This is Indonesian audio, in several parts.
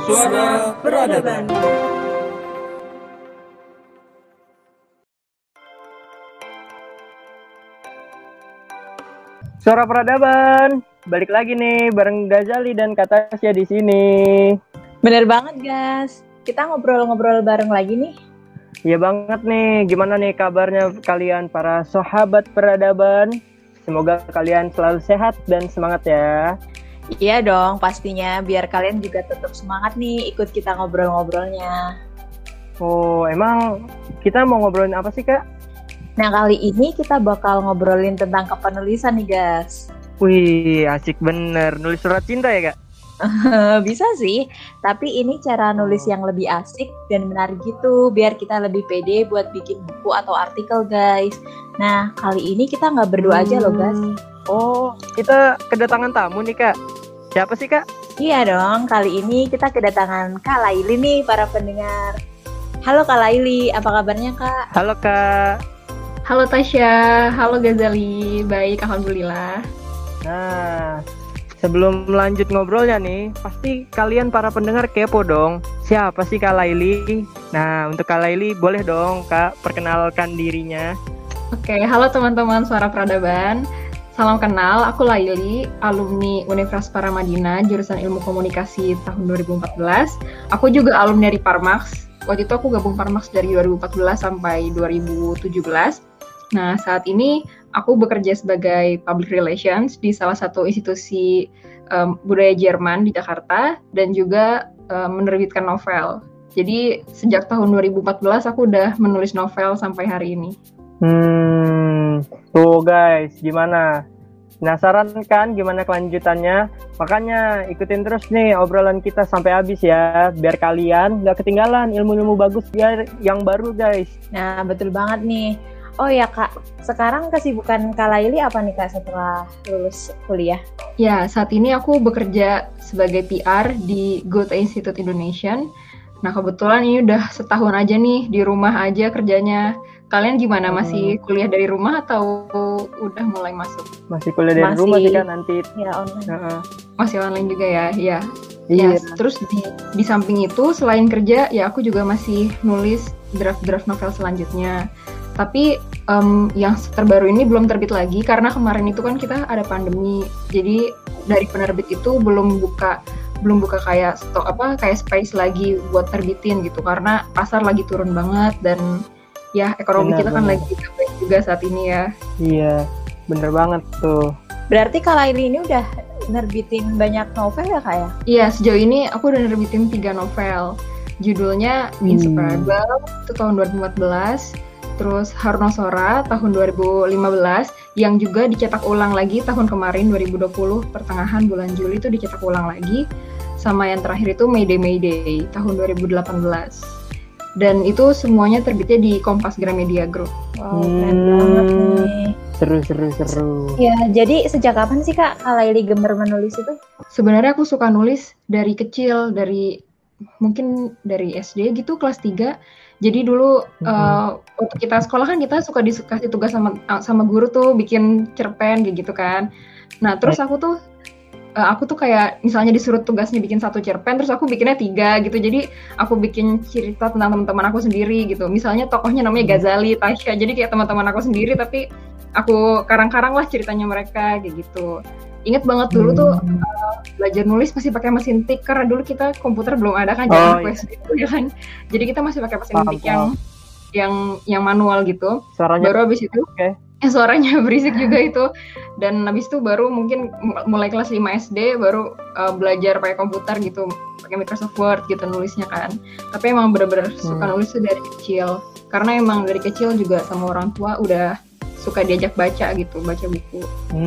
Suara Peradaban. Suara Peradaban, balik lagi nih bareng Gazali dan Kak Tasya di sini. Bener banget, guys. Kita ngobrol-ngobrol bareng lagi nih. Iya banget nih, gimana nih kabarnya kalian para sahabat Peradaban? Semoga kalian selalu sehat dan semangat ya. Iya dong, pastinya biar kalian juga tetap semangat nih ikut kita ngobrol-ngobrolnya. Oh, emang kita mau ngobrolin apa sih, Kak? Nah, kali ini kita bakal ngobrolin tentang kepenulisan nih, guys. Wih, asik bener. Nulis surat cinta ya, Kak? Bisa sih, tapi ini cara nulis yang lebih asik dan menarik gitu, biar kita lebih pede buat bikin buku atau artikel, guys. Nah, kali ini kita nggak berdua aja loh, guys. Oh, kita kedatangan tamu nih, Kak. Siapa sih, Kak? Iya dong, kali ini kita kedatangan Kak Laili nih, para pendengar. Halo Kak Laili, apa kabarnya, Kak? Halo, Kak. Halo Tasya, halo Gazali, baik alhamdulillah. Nah, sebelum lanjut ngobrolnya nih, pasti kalian para pendengar kepo dong. Siapa sih Kak Laili? Nah, untuk Kak Laili boleh dong Kak perkenalkan dirinya. Oke, halo teman-teman Suara Peradaban. Salam kenal, aku Laili, alumni Universitas Paramadina, jurusan Ilmu Komunikasi tahun 2014. Aku juga alumni dari Parmax. Waktu itu aku gabung Parmax dari 2014 sampai 2017. Nah, saat ini aku bekerja sebagai Public Relations di salah satu institusi budaya Jerman di Jakarta dan juga menerbitkan novel. Jadi sejak tahun 2014 aku udah menulis novel sampai hari ini. Tuh guys, gimana? Penasaran kan gimana kelanjutannya? Makanya ikutin terus nih obrolan kita sampai habis ya, biar kalian gak ketinggalan ilmu-ilmu bagus biar yang baru guys. Nah, betul banget nih. Oh ya Kak, sekarang kesibukan Kak Laili apa nih Kak setelah lulus kuliah? Ya, saat ini aku bekerja sebagai PR di Goethe Institute Indonesia. Nah, kebetulan ini udah setahun aja nih di rumah aja kerjanya. Kalian gimana? Masih kuliah dari rumah atau udah mulai masuk? Masih kuliah dari rumah sih kan nanti. Ya, online. Masih online juga ya? Iya. Iya. Ya, terus di samping itu selain kerja, ya aku juga masih nulis draft-draft novel selanjutnya. Tapi yang terbaru ini belum terbit lagi karena kemarin itu kan kita ada pandemi. Jadi dari penerbit itu belum buka kayak stok kayak space lagi buat terbitin gitu karena pasar lagi turun banget dan ya ekonomi kita kan lagi baik juga saat ini ya. Iya, bener banget tuh. Berarti Kak Laili ini udah nerbitin banyak novel ya Kak ya? Iya, sejauh ini aku udah nerbitin 3 novel. Judulnya Inseparable itu tahun 2014. Terus Harno Sora tahun 2015 yang juga dicetak ulang lagi tahun kemarin 2020 pertengahan bulan Juli itu dicetak ulang lagi, sama yang terakhir itu Mayday tahun 2018 dan itu semuanya terbitnya di Kompas Gramedia Group. Wow, keren banget nih. Seru. Ya, jadi sejak kapan sih Kak Laili gemar menulis itu? Sebenarnya aku suka nulis dari kecil, mungkin dari SD gitu kelas 3. Jadi dulu waktu kita sekolah kan kita suka dikasih tugas sama guru tuh bikin cerpen gitu kan. Nah terus aku tuh kayak misalnya disuruh tugasnya bikin 1 cerpen, terus aku bikinnya 3 gitu. Jadi aku bikin cerita tentang teman-teman aku sendiri gitu. Misalnya tokohnya namanya Gazali, Tasya. Jadi kayak teman-teman aku sendiri tapi aku karang-karang lah ceritanya mereka kayak gitu. Ingat banget dulu tuh belajar nulis masih pakai mesin tik karena dulu kita komputer belum ada kan zaman SD itu ya kan. Jadi kita masih pakai mesin tik yang manual gitu. Suaranya baru habis itu suaranya berisik juga itu. Dan habis itu baru mungkin mulai kelas 5 SD baru belajar pakai komputer gitu, pakai Microsoft Word gitu nulisnya kan. Tapi emang benar-benar suka nulis tuh dari kecil. Karena emang dari kecil juga sama orang tua udah suka diajak baca gitu, baca buku.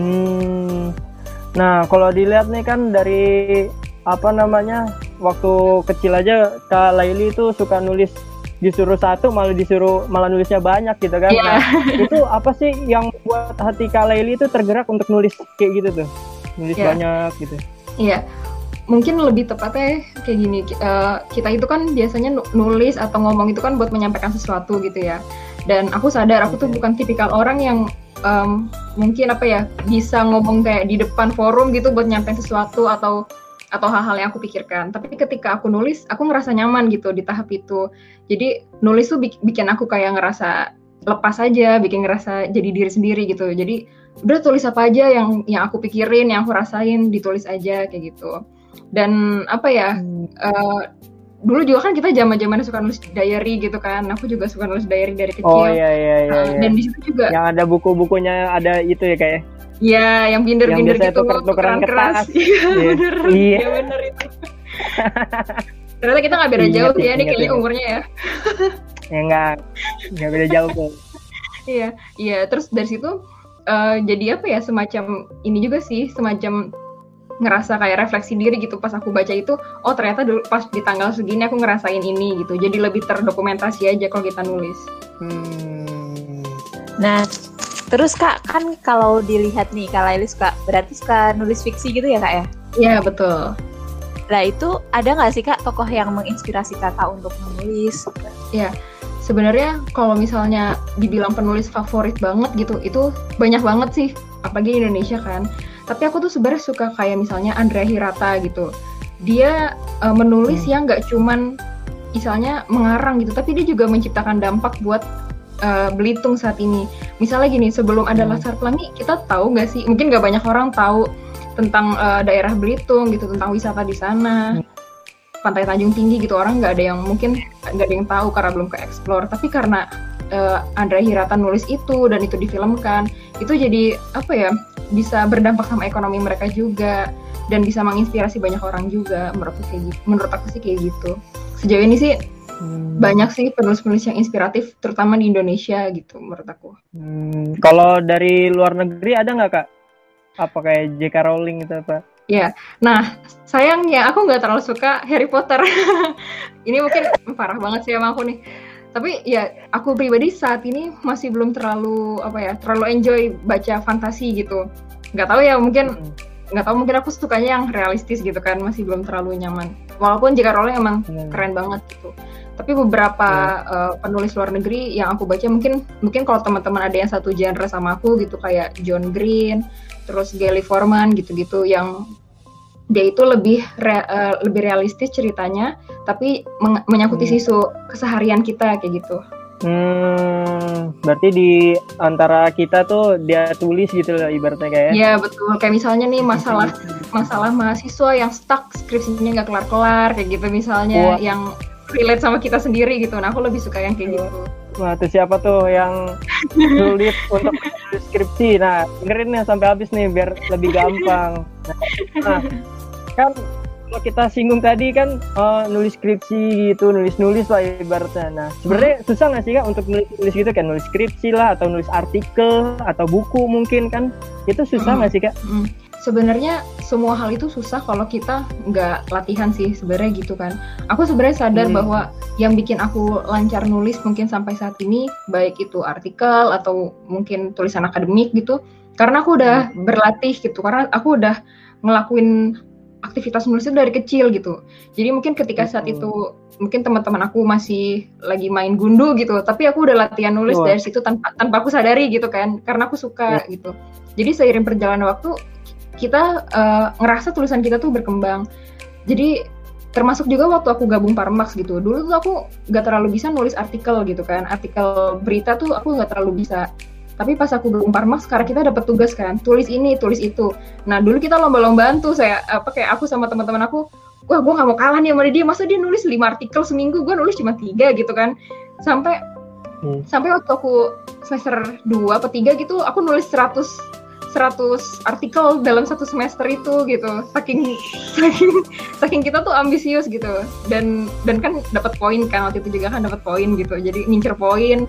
Nah, kalau dilihat nih kan dari waktu kecil aja Kak Laili itu suka nulis, disuruh 1 malah nulisnya banyak gitu kan. Yeah. Nah, itu apa sih yang buat hati Kak Laili itu tergerak untuk nulis kayak gitu tuh? Nulis banyak gitu. Iya. Mungkin lebih tepatnya kayak gini, kita itu kan biasanya nulis atau ngomong itu kan buat menyampaikan sesuatu gitu ya. Dan aku sadar aku tuh bukan tipikal orang yang mungkin bisa ngomong kayak di depan forum gitu buat nyampein sesuatu atau atau hal-hal yang aku pikirkan. Tapi ketika aku nulis, aku ngerasa nyaman gitu di tahap itu. Jadi nulis tuh bikin aku kayak ngerasa lepas aja, bikin ngerasa jadi diri sendiri gitu. Jadi udah tulis apa aja yang aku pikirin, yang aku rasain, ditulis aja kayak gitu. Dan apa ya, dulu juga kan kita zaman-zaman suka nulis diary gitu kan. Aku juga suka nulis diary dari kecil. Oh iya. Dan di situ juga yang ada buku-bukunya, ada itu ya kayak. Iya, yang binder-binder gitu, tukeran keras. Iya, bener. Iya. Ya bener itu. Ternyata kita nggak beda jauh ya, ini kayaknya umurnya ya. Ya nggak beda jauh kok. Iya. Terus dari situ jadi apa ya, semacam ini juga sih, semacam ngerasa kayak refleksi diri gitu pas aku baca itu. Oh ternyata dulu pas di tanggal segini aku ngerasain ini gitu. Jadi lebih terdokumentasi aja kalau kita nulis. Nah, terus Kak, kan kalau dilihat nih, Kak Laili berarti suka nulis fiksi gitu ya Kak ya? Iya, betul. Nah itu ada nggak sih Kak tokoh yang menginspirasi Kakak untuk menulis? Iya, sebenarnya kalau misalnya dibilang penulis favorit banget gitu, itu banyak banget sih, apalagi di Indonesia kan. Tapi aku tuh sebenarnya suka kayak misalnya Andrea Hirata gitu. Dia menulis yang nggak cuman misalnya mengarang gitu, tapi dia juga menciptakan dampak buat Belitung saat ini. Misalnya gini, sebelum ada Laskar Pelangi, kita tahu nggak sih? Mungkin nggak banyak orang tahu tentang daerah Belitung gitu, tentang wisata di sana, Pantai Tanjung Tinggi gitu. Orang nggak ada yang tahu karena belum ke explore. Tapi karena Andrea Hirata nulis itu dan itu difilmkan, itu jadi apa ya? Bisa berdampak sama ekonomi mereka juga dan bisa menginspirasi banyak orang juga. Menurut aku sih kayak gitu. Sejauh ini sih banyak sih penulis-penulis yang inspiratif, terutama di Indonesia gitu menurut aku. Kalau dari luar negeri ada nggak Kak? Apa kayak J.K. Rowling gitu apa? Ya, nah sayangnya aku nggak terlalu suka Harry Potter. Ini mungkin parah banget sih sama aku nih. Tapi ya aku pribadi saat ini masih belum terlalu enjoy baca fantasi gitu. Nggak tahu mungkin aku sukanya yang realistis gitu kan, masih belum terlalu nyaman. Walaupun J.K. Rowling emang keren banget gitu. Tapi beberapa penulis luar negeri yang aku baca mungkin kalau teman-teman ada yang satu genre sama aku gitu, kayak John Green, terus Gary Forman gitu-gitu, yang dia itu lebih realistis ceritanya, tapi menyangkut isu keseharian kita kayak gitu. Berarti di antara kita tuh dia tulis gitu lah ibaratnya kayak. Iya betul, kayak misalnya nih masalah mahasiswa yang stuck, skripsinya nggak kelar-kelar kayak gitu misalnya. Yang relate sama kita sendiri gitu. Nah aku lebih suka yang kayak gitu. Wah, itu siapa tuh yang sulit untuk menulis skripsi? Nah, dengerin ya sampai habis nih biar lebih gampang. Nah, kan kalau kita singgung tadi kan nulis skripsi gitu, nulis lah ibaratnya. Nah, sebenarnya susah nggak sih Kak untuk nulis gitu, kayak nulis skripsi lah atau nulis artikel atau buku mungkin kan? Itu susah nggak sih Kak? Sebenarnya semua hal itu susah kalau kita nggak latihan sih sebenarnya gitu kan. Aku sebenarnya sadar bahwa yang bikin aku lancar nulis mungkin sampai saat ini, baik itu artikel atau mungkin tulisan akademik gitu, karena aku udah berlatih gitu, karena aku udah ngelakuin aktivitas nulis itu dari kecil gitu. Jadi mungkin ketika saat itu mungkin teman-teman aku masih lagi main gundu gitu, tapi aku udah latihan nulis dari situ tanpa aku sadari gitu kan, karena aku suka gitu. Jadi seiring perjalanan waktu kita ngerasa tulisan kita tuh berkembang. Jadi termasuk juga waktu aku gabung Parmax gitu. Dulu tuh aku nggak terlalu bisa nulis artikel gitu kan. Artikel berita tuh aku nggak terlalu bisa. Tapi pas aku gabung Parmax, sekarang kita dapat tugas kan, tulis ini, tulis itu. Nah dulu kita lomba-lombaan tuh, kayak aku sama teman-teman aku, wah gue nggak mau kalah nih sama dia. Masa dia nulis 5 artikel seminggu, gue nulis cuma 3 gitu kan. Sampai waktu aku semester 2 atau 3 gitu, aku nulis 100 artikel dalam satu semester itu gitu. Saking kita tuh ambisius gitu. Dan kan dapat poin kan, waktu itu juga kan dapat poin gitu. Jadi ngincer poin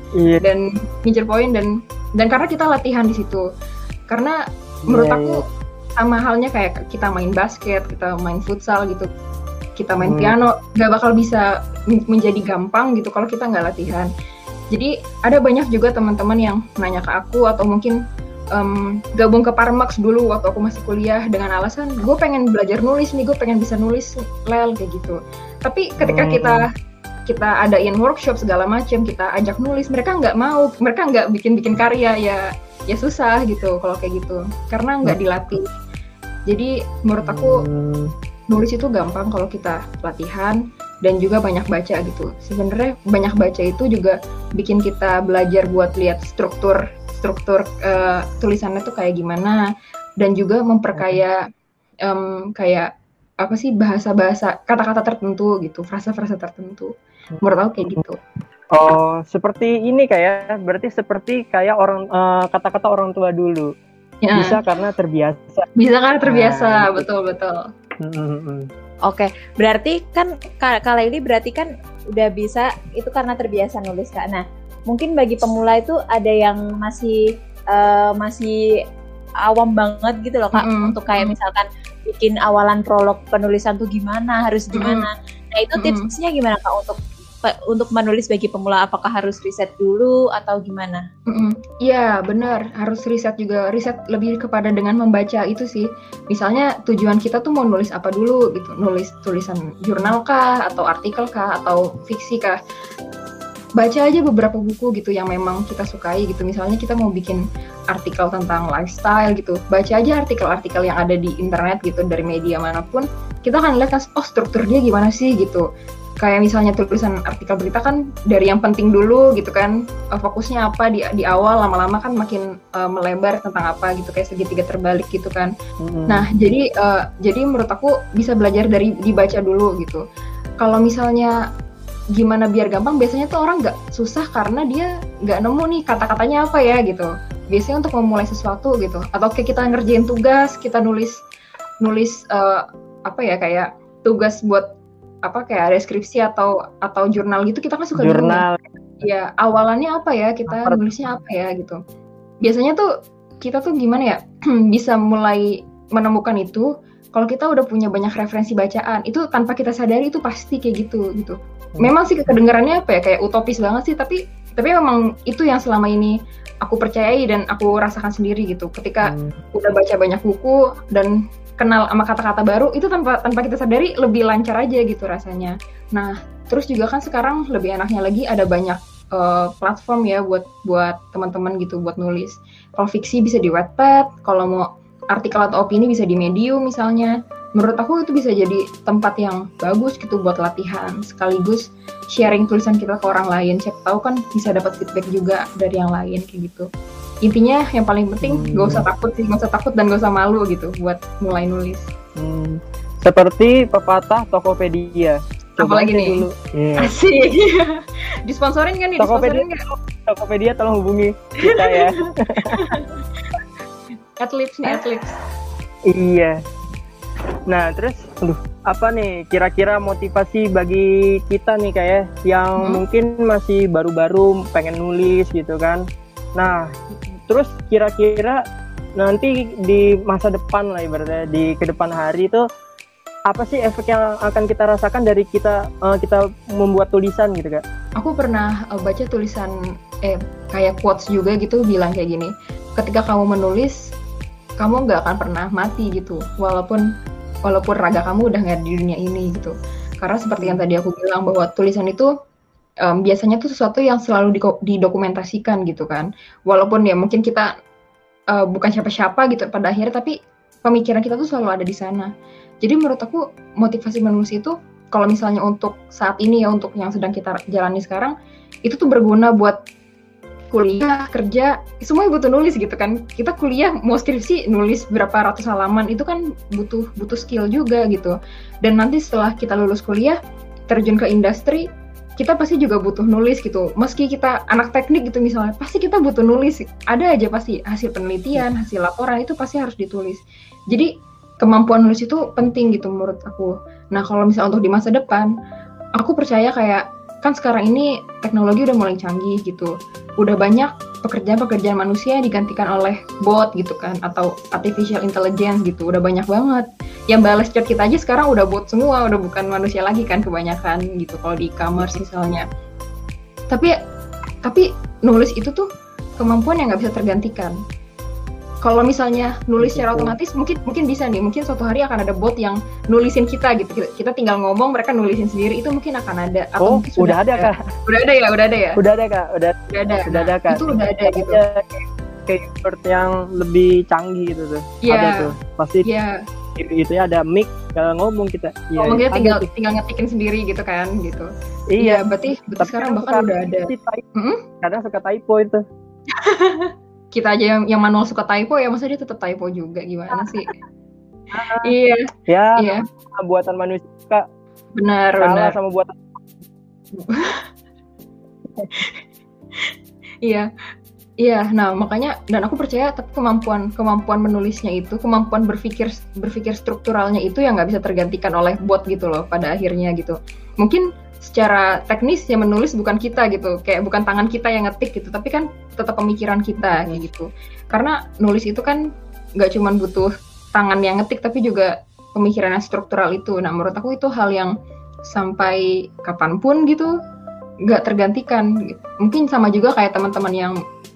dan karena kita latihan di situ. Karena menurut aku sama halnya kayak kita main basket, kita main futsal gitu, kita main piano, nggak bakal bisa menjadi gampang gitu kalau kita nggak latihan. Jadi ada banyak juga teman-teman yang nanya ke aku atau mungkin gabung ke Parmax dulu waktu aku masih kuliah dengan alasan gue pengen belajar nulis nih, gue pengen bisa nulis kayak gitu. Tapi ketika kita adain workshop segala macam, kita ajak nulis, mereka nggak mau, mereka nggak bikin karya, ya susah gitu kalau kayak gitu karena nggak dilatih. Jadi menurut aku nulis itu gampang kalau kita latihan dan juga banyak baca gitu. Sebenarnya banyak baca itu juga bikin kita belajar buat lihat struktur tulisannya tuh kayak gimana, dan juga memperkaya kayak apa sih, bahasa-bahasa, kata-kata tertentu gitu, frasa-frasa tertentu. Menurut aku kayak gitu. Oh, seperti ini kayak, berarti seperti kayak orang kata-kata orang tua dulu. Ya. Bisa karena terbiasa. Bisa karena terbiasa, Nah, betul. Oke, berarti kan kalau ini berarti kan udah bisa itu karena terbiasa nulis Kak. Nah, mungkin bagi pemula itu ada yang masih awam banget gitu loh Kak, untuk kayak misalkan bikin awalan prolog penulisan tuh gimana, harus gimana. Nah, itu tipsnya gimana Kak untuk menulis bagi pemula? Apakah harus riset dulu atau gimana? Iya, benar, harus riset juga. Riset lebih kepada dengan membaca itu sih. Misalnya tujuan kita tuh mau nulis apa dulu gitu, nulis tulisan jurnal kah, atau artikel kah, atau fiksi kah. Baca aja beberapa buku gitu yang memang kita sukai gitu. Misalnya kita mau bikin artikel tentang lifestyle gitu, baca aja artikel-artikel yang ada di internet gitu, dari media manapun. Kita akan lihat kan, oh struktur dia gimana sih gitu. Kayak misalnya tulisan artikel berita kan dari yang penting dulu gitu kan, fokusnya apa di awal, lama-lama kan makin melebar tentang apa gitu, kayak segitiga terbalik gitu kan. Nah, jadi menurut aku bisa belajar dari dibaca dulu gitu. Kalau misalnya gimana biar gampang, biasanya tuh orang nggak susah karena dia nggak nemu nih kata-katanya apa ya gitu. Biasanya untuk memulai sesuatu gitu, atau kayak kita ngerjain tugas, kita nulis apa ya, kayak tugas buat apa, kayak deskripsi atau jurnal gitu, kita kan suka jurnal. Ya, awalannya apa ya, kita nulisnya apa ya gitu. Biasanya tuh kita tuh gimana ya, bisa mulai menemukan itu kalau kita udah punya banyak referensi bacaan. Itu tanpa kita sadari itu pasti kayak gitu. Memang sih kedengarannya apa ya, kayak utopis banget sih, tapi memang itu yang selama ini aku percayai dan aku rasakan sendiri gitu. Ketika udah baca banyak buku dan kenal sama kata-kata baru, itu tanpa kita sadari lebih lancar aja gitu rasanya. Nah, terus juga kan sekarang lebih enaknya lagi ada banyak platform ya buat teman-teman gitu buat nulis. Kalau fiksi bisa di Wattpad, kalau mau artikel atau opini bisa di Medium misalnya. Menurut aku itu bisa jadi tempat yang bagus gitu buat latihan, sekaligus sharing tulisan kita ke orang lain. Siapa tahu kan bisa dapat feedback juga dari yang lain kayak gitu. Intinya yang paling penting gak usah takut dan gak usah malu gitu buat mulai nulis. Seperti pepatah Tokopedia. Coba apalagi nih dulu. Yeah. Asik. Disponsorin kan nih? Tokopedia tolong hubungi kita ya. Adlibs. Iya. Nah, terus apa nih kira-kira motivasi bagi kita nih kayak yang mungkin masih baru-baru pengen nulis gitu kan. Nah, terus kira-kira nanti di masa depan lah, ibaratnya di kedepan hari itu apa sih efek yang akan kita rasakan dari kita membuat tulisan gitu Kak? Aku pernah baca tulisan kayak quotes juga gitu, bilang kayak gini, ketika kamu menulis kamu nggak akan pernah mati gitu, walaupun raga kamu udah nggak di dunia ini gitu. Karena seperti yang tadi aku bilang, bahwa tulisan itu biasanya tuh sesuatu yang selalu didokumentasikan gitu kan. Walaupun ya mungkin kita bukan siapa-siapa gitu pada akhirnya, tapi pemikiran kita tuh selalu ada di sana. Jadi menurut aku motivasi menulis itu, kalau misalnya untuk saat ini ya, untuk yang sedang kita jalani sekarang, itu tuh berguna buat kuliah, kerja, semuanya butuh nulis gitu kan. Kita kuliah mau skripsi nulis berapa ratus halaman, itu kan butuh skill juga gitu. Dan nanti setelah kita lulus kuliah, terjun ke industri, kita pasti juga butuh nulis gitu. Meski kita anak teknik gitu misalnya, pasti kita butuh nulis. Ada aja pasti hasil penelitian, hasil laporan itu pasti harus ditulis. Jadi kemampuan nulis itu penting gitu menurut aku. Nah, kalau misalnya untuk di masa depan, aku percaya kayak kan sekarang ini teknologi udah mulai canggih gitu. Udah banyak pekerjaan manusia yang digantikan oleh bot gitu kan, atau artificial intelligence gitu. Udah banyak banget. Yang balas chat kita aja sekarang udah bot semua, udah bukan manusia lagi kan kebanyakan gitu kalau di e-commerce misalnya. Tapi nulis itu tuh kemampuan yang nggak bisa tergantikan. Kalau misalnya nulis secara otomatis mungkin bisa nih, mungkin suatu hari akan ada bot yang nulisin kita gitu. Kita tinggal ngomong, mereka nulisin sendiri, itu mungkin akan ada. Atau mungkin udah ada Kak. Udah ada ya. Udah ada Kak. Itu udah ada gitu. Kayak yang lebih canggih gitu tuh. Iya. Ada tuh. Pasti. Iya. itu ya ada mic ngomong kita. Ya, ngomongnya tinggal ngetikin sendiri gitu kan gitu. Iya, berarti sekarang bahkan udah ada. Kadang suka typo itu. Kita aja yang manual suka typo ya, masa dia tetap typo juga, gimana sih? Iya. Ya, buatan manusia Kak. Benar. Sama buatan. Iya, nah makanya dan aku percaya tapi kemampuan menulisnya itu, kemampuan berpikir strukturalnya itu yang nggak bisa tergantikan oleh bot gitu loh pada akhirnya gitu. Mungkin secara teknis yang menulis bukan kita gitu, kayak bukan tangan kita yang ngetik gitu, tapi kan tetap pemikiran kita kayak gitu. Karena nulis itu kan nggak cuma butuh tangan yang ngetik, tapi juga pemikiran yang struktural itu. Nah menurut aku itu hal yang sampai kapanpun gitu nggak tergantikan. Mungkin sama juga kayak teman-teman yang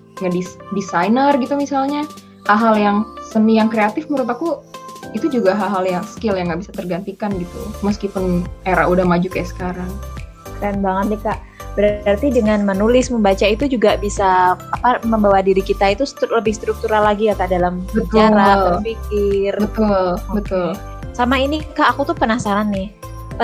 ngedesainer gitu misalnya, hal-hal yang seni yang kreatif menurut aku itu juga hal-hal yang skill yang nggak bisa tergantikan gitu, meskipun era udah maju kayak sekarang. Keren banget nih Kak. Berarti dengan menulis, membaca itu juga bisa membawa diri kita itu lebih struktural lagi ya Kak dalam bicara, berpikir. Betul. Sama ini Kak, aku tuh penasaran nih.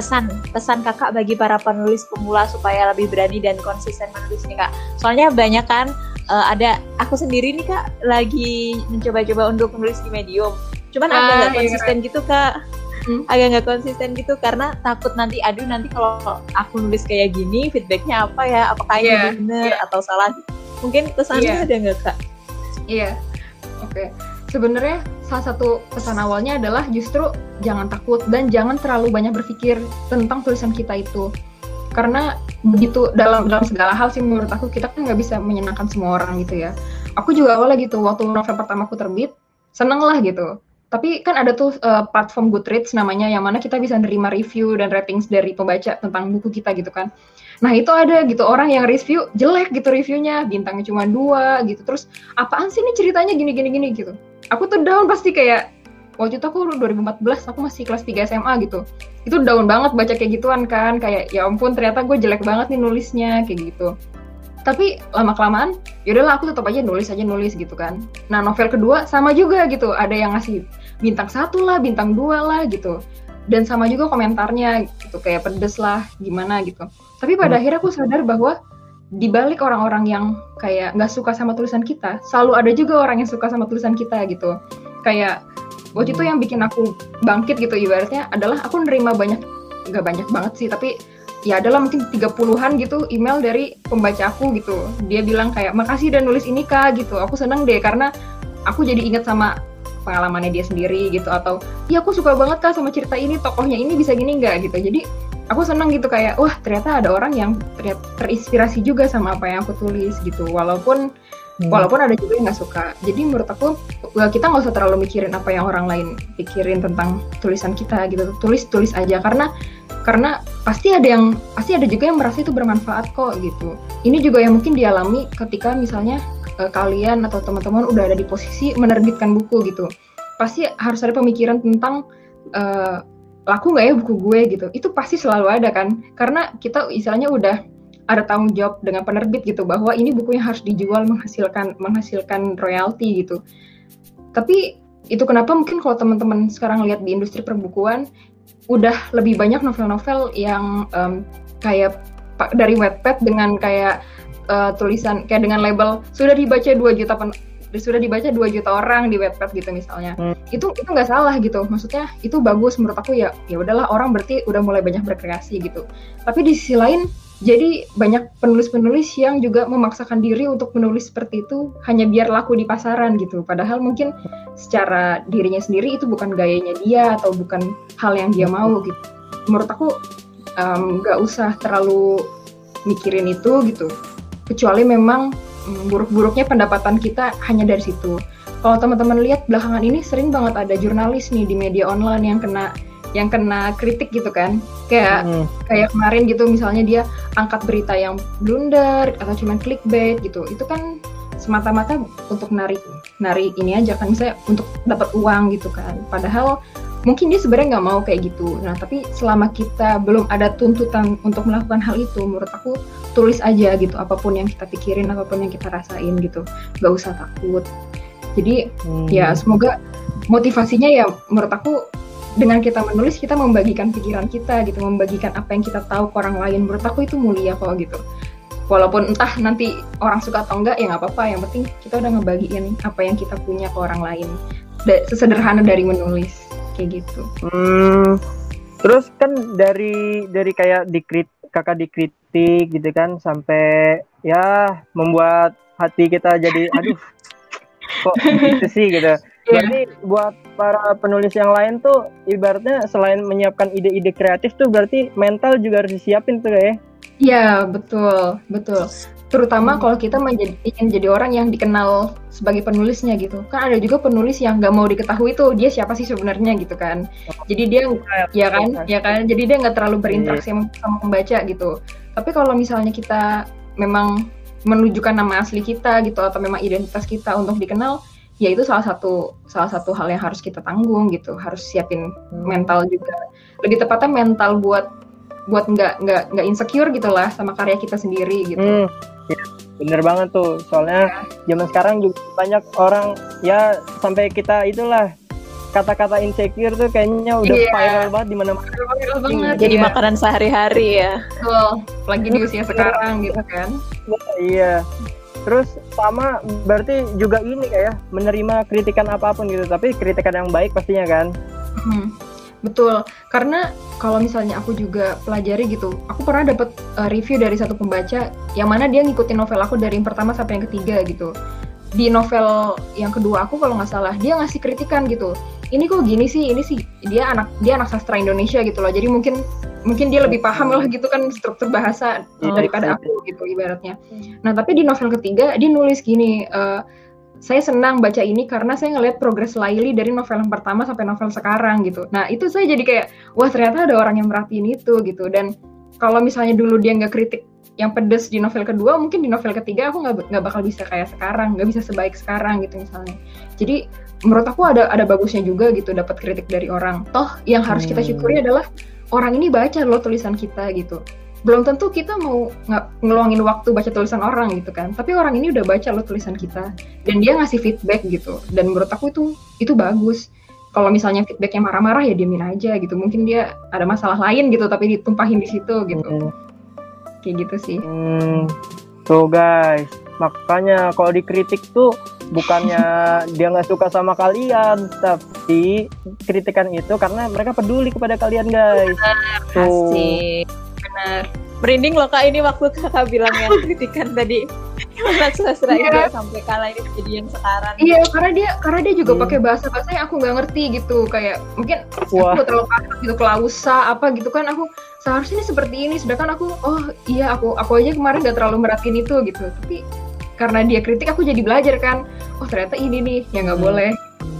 Pesan Kakak bagi para penulis pemula supaya lebih berani dan konsisten menulis nih Kak. Soalnya banyak kan ada aku sendiri nih Kak lagi mencoba-coba untuk menulis di Medium. Cuman agak nggak konsisten gitu Kak. Agak nggak konsisten gitu karena takut nanti kalau aku nulis kayak gini feedbacknya apa ya? Apakah ini benar atau salah? Mungkin pesannya ada nggak Kak? Iya. Oke. Sebenarnya salah satu pesan awalnya adalah justru jangan takut dan jangan terlalu banyak berpikir tentang tulisan kita itu. Karena begitu dalam segala hal sih menurut aku, kita kan nggak bisa menyenangkan semua orang gitu ya. Aku juga awalnya gitu, waktu novel pertama aku terbit, seneng lah gitu. Tapi kan ada tuh platform Goodreads namanya, yang mana kita bisa nerima review dan ratings dari pembaca tentang buku kita gitu kan. Nah itu ada gitu orang yang review jelek gitu reviewnya, bintangnya cuma 2 gitu. Terus apaan sih ini ceritanya gini gitu. Aku tuh down pasti kayak, waktu itu aku 2014, aku masih kelas 3 SMA gitu. Itu down banget baca kayak gituan kan, kayak ya ampun ternyata gue jelek banget nih nulisnya kayak gitu. Tapi lama-kelamaan, yaudahlah aku tetap aja nulis gitu kan. Nah novel kedua sama juga gitu, ada yang ngasih bintang 1 lah, bintang 2 lah gitu. Dan sama juga komentarnya gitu, kayak pedes lah, gimana gitu. Tapi pada akhirnya aku sadar bahwa di balik orang-orang yang kayak nggak suka sama tulisan kita, selalu ada juga orang yang suka sama tulisan kita gitu. Kayak waktu itu yang bikin aku bangkit gitu ibaratnya adalah aku nerima nggak banyak banget sih, tapi ya adalah mungkin 30-an gitu email dari pembaca aku gitu. Dia bilang kayak, makasih udah nulis ini Kak gitu, aku seneng deh karena aku jadi inget sama pengalamannya dia sendiri gitu. Atau, ya aku suka banget Kak sama cerita ini, tokohnya ini bisa gini nggak gitu. Jadi aku seneng gitu kayak, wah ternyata ada orang yang terinspirasi juga sama apa yang aku tulis gitu. Walaupun ada juga yang nggak suka. Jadi menurut aku kita nggak usah terlalu mikirin apa yang orang lain pikirin tentang tulisan kita gitu. Tulis aja karena pasti ada juga yang merasa itu bermanfaat kok gitu. Ini juga yang mungkin dialami ketika misalnya kalian atau teman-teman udah ada di posisi menerbitkan buku gitu. Pasti harus ada pemikiran tentang laku nggak ya buku gue gitu. Itu pasti selalu ada kan. Karena kita istilahnya udah ada tanggung jawab dengan penerbit gitu, bahwa ini bukunya harus dijual menghasilkan royalti gitu. Tapi itu kenapa mungkin kalau teman-teman sekarang lihat di industri perbukuan udah lebih banyak novel-novel yang kayak dari Wattpad dengan kayak tulisan kayak dengan label sudah dibaca 2 juta orang di Wattpad gitu misalnya. Itu nggak salah gitu. Maksudnya itu bagus menurut aku, ya udahlah, orang berarti udah mulai banyak berkreasi gitu. Tapi di sisi lain jadi banyak penulis-penulis yang juga memaksakan diri untuk menulis seperti itu hanya biar laku di pasaran gitu. Padahal mungkin secara dirinya sendiri itu bukan gayanya dia atau bukan hal yang dia mau gitu. Menurut aku nggak usah terlalu mikirin itu gitu. Kecuali memang buruk-buruknya pendapatan kita hanya dari situ. Kalau teman-teman lihat belakangan ini sering banget ada jurnalis nih di media online yang kena kritik gitu kan, kayak kemarin gitu misalnya dia angkat berita yang blunder atau cuma clickbait gitu. Itu kan semata-mata untuk narik ini aja kan, misalnya untuk dapat uang gitu kan, padahal mungkin dia sebenarnya nggak mau kayak gitu. Nah tapi selama kita belum ada tuntutan untuk melakukan hal itu, menurut aku tulis aja gitu, apapun yang kita pikirin, apapun yang kita rasain gitu, nggak usah takut. Jadi ya semoga motivasinya ya menurut aku dengan kita menulis kita membagikan pikiran kita gitu, membagikan apa yang kita tahu ke orang lain. Menurut aku itu mulia kok gitu. Walaupun entah nanti orang suka atau enggak ya nggak apa-apa, yang penting kita udah ngebagiin apa yang kita punya ke orang lain. Sesederhana dari menulis kayak gitu. Terus kan dari kayak kakak dikritik gitu kan, sampai ya membuat hati kita jadi aduh kok gitu sih gitu. Berarti buat para penulis yang lain tuh ibaratnya selain menyiapkan ide-ide kreatif tuh berarti mental juga harus disiapin tuh ya. Iya, betul. Terutama kalau kita ingin jadi orang yang dikenal sebagai penulisnya gitu. Kan ada juga penulis yang nggak mau diketahui tuh dia siapa sih sebenarnya gitu kan. Jadi dia ya kan. Jadi dia nggak terlalu berinteraksi sama pembaca gitu. Tapi kalau misalnya kita memang menunjukkan nama asli kita gitu atau memang identitas kita untuk dikenal, ya itu salah satu hal yang harus kita tanggung gitu. Harus siapin mental juga. Lebih tepatnya mental buat nggak insecure gitulah sama karya kita sendiri gitu. Ya, bener banget tuh, soalnya zaman sekarang juga banyak orang ya sampai kita itulah kata-kata insecure tuh kayaknya udah viral banget di mana-mana. Viral banget. Jadi makanan sehari-hari ya. Betul, lagi di usia sekarang gitu kan. Iya. Terus sama berarti juga ini kayak menerima kritikan apapun gitu, tapi kritikan yang baik pastinya kan. Betul, karena kalau misalnya aku juga pelajari gitu, aku pernah dapat review dari satu pembaca yang mana dia ngikutin novel aku dari yang pertama sampai yang ketiga gitu. Di novel yang kedua aku kalau nggak salah, dia ngasih kritikan gitu. Ini kok gini sih, ini sih dia anak sastra Indonesia gitu loh. Jadi mungkin dia lebih paham lah gitu kan struktur bahasa daripada aku gitu ibaratnya. Nah tapi di novel ketiga dia nulis gini. Saya senang baca ini karena saya ngelihat progres Laili dari novel yang pertama sampai novel sekarang gitu. Nah itu saya jadi kayak, wah ternyata ada orang yang merhatiin itu gitu. Dan kalau misalnya dulu dia nggak kritik yang pedes di novel kedua, mungkin di novel ketiga aku nggak bakal bisa kayak sekarang, nggak bisa sebaik sekarang gitu misalnya. Jadi menurut aku ada bagusnya juga gitu dapat kritik dari orang. Toh yang harus kita syukuri adalah orang ini baca loh tulisan kita gitu. Belum tentu kita mau ngeluangin waktu baca tulisan orang gitu kan, tapi orang ini udah baca loh tulisan kita dan dia ngasih feedback gitu. Dan menurut aku itu bagus. Kalau misalnya feedbacknya marah-marah ya diemin aja gitu, mungkin dia ada masalah lain gitu tapi ditumpahin di situ gitu. Kayak gitu sih. Tuh guys, makanya kalau dikritik tuh bukannya dia nggak suka sama kalian, tapi kritikan itu karena mereka peduli kepada kalian guys. Asik. Benar. Merinding loh Kak ini waktu Kakak bilang yang kritikan tadi. Anak sastra India sampai kalah ini kejadian sekarang. Iya, karena dia juga pakai bahasa-bahasa yang aku nggak ngerti gitu, kayak mungkin aku terlalu kasar gitu, klausa apa gitu kan, aku seharusnya ini seperti ini, sedangkan aku aku aja kemarin nggak terlalu merhatiin itu gitu. Tapi karena dia kritik aku jadi belajar kan, oh ternyata ini nih yang nggak boleh.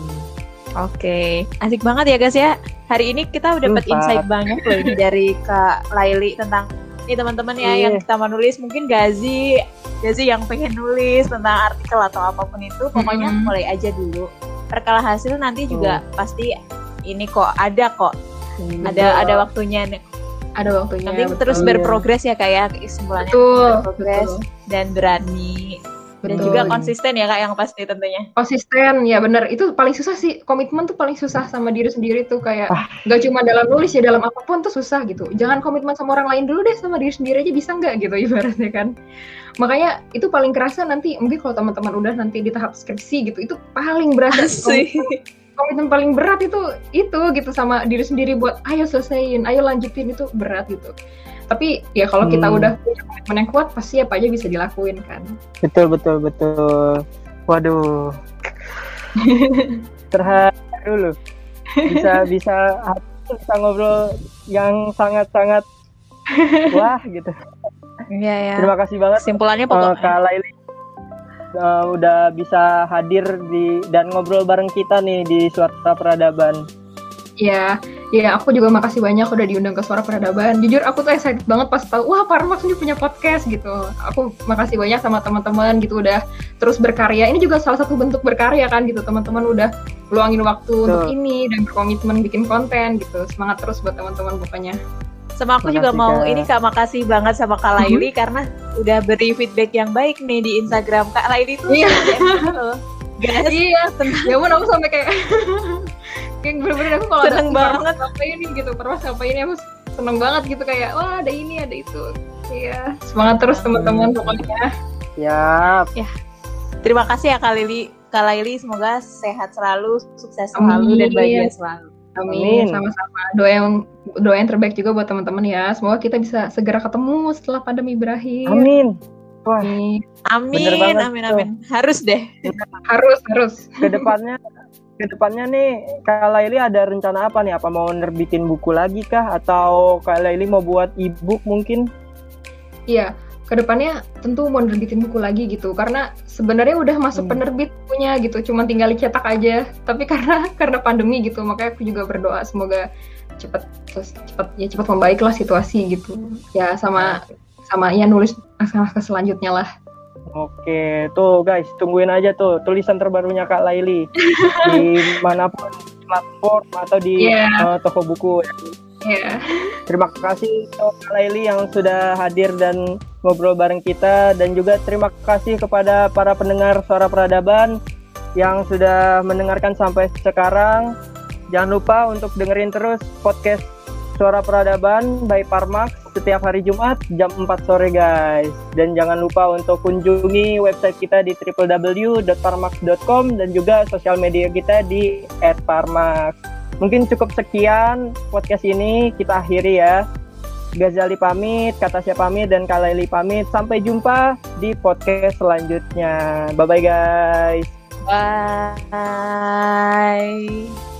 Oke, asik banget ya guys ya. Hari ini kita dapat insight banyak loh ini dari Kak Laili tentang ini teman-teman ya yang kita menulis, mungkin Gazi yang pengen nulis tentang artikel atau apapun itu, pokoknya mulai aja dulu. Perkala hasil nanti juga pasti ini kok ada ada waktunya. Ada waktunya. Nanti terus berprogres ya kayak kesimpulannya berprogres dan berani. Dan juga konsisten ya Kak yang pasti tentunya. Konsisten, ya benar. Itu paling susah sih. Komitmen tuh paling susah sama diri sendiri tuh. Kayak gak cuma dalam nulis ya, dalam apapun tuh susah gitu. Jangan komitmen sama orang lain dulu deh, sama diri sendiri aja bisa nggak gitu ibaratnya kan. Makanya itu paling kerasa nanti, mungkin kalau teman-teman udah nanti di tahap skripsi gitu, itu paling berasa. Komitmen paling berat itu gitu sama diri sendiri buat ayo selesaiin, ayo lanjutin, itu berat gitu. Tapi ya kalau kita udah punya komitmen yang kuat, pasti apa aja bisa dilakuin kan. Betul. Waduh. Terharu loh. Bisa ngobrol yang sangat-sangat wah gitu. Iya. Terima kasih banget. Simpulannya pokoknya Kak Laili udah bisa hadir dan ngobrol bareng kita nih di Suara Peradaban. Ya, aku juga makasih banyak udah diundang ke Suara Peradaban. Jujur aku tuh excited banget pas tahu, wah Parmax ini punya podcast gitu. Aku makasih banyak sama teman-teman gitu udah terus berkarya. Ini juga salah satu bentuk berkarya kan gitu. Teman-teman udah luangin waktu untuk ini dan berkomitmen bikin konten gitu. Semangat terus buat teman-teman pokoknya. Sama aku juga mau ini Kak, makasih banget sama Kak Laili karena udah beri feedback yang baik nih di Instagram. Kak Laili tuh Iya, ya ampun aku sampai kayak Kayak bener-bener aku kalau ada Seneng banget. apa ini gitu, Parmas apa ini aku seneng banget gitu kayak wah ada ini ada itu. Iya, semangat terus teman-teman pokoknya. Siap. Terima kasih ya Kak Laili, semoga sehat selalu, sukses selalu, dan bahagia selalu. Amin. Amin. Sama-sama. Doa yang terbaik juga buat teman-teman ya. Semoga kita bisa segera ketemu setelah pandemi berakhir. Amin. Wah, Amin. Bener banget Amin. Harus deh. Harus. kedepannya nih Kak Laili ada rencana apa nih? Apa mau nerbitin buku lagi kah? Atau Kak Laili mau buat e-book mungkin? Iya, kedepannya tentu mau nerbitin buku lagi gitu. Karena sebenarnya udah masuk penerbit punya gitu, cuma tinggal dicetak aja. Tapi karena pandemi gitu, makanya aku juga berdoa semoga cepat membaiklah situasi gitu. Ya sama ya nulis naskah selanjutnya lah. Oke, tuh guys, tungguin aja tuh tulisan terbarunya Kak Laili di manapun platform atau di toko buku. Iya. Terima kasih Kak Laili yang sudah hadir dan ngobrol bareng kita, dan juga terima kasih kepada para pendengar Suara Peradaban yang sudah mendengarkan sampai sekarang. Jangan lupa untuk dengerin terus podcast Suara Peradaban by Parmax setiap hari Jumat jam 4 sore guys. Dan jangan lupa untuk kunjungi website kita di www.parmax.com dan juga sosial media kita di @parmax. Mungkin cukup sekian podcast ini, kita akhiri ya. Ghazali pamit, Katasya pamit, dan Kak Laili pamit. Sampai jumpa di podcast selanjutnya. Bye-bye guys. Bye.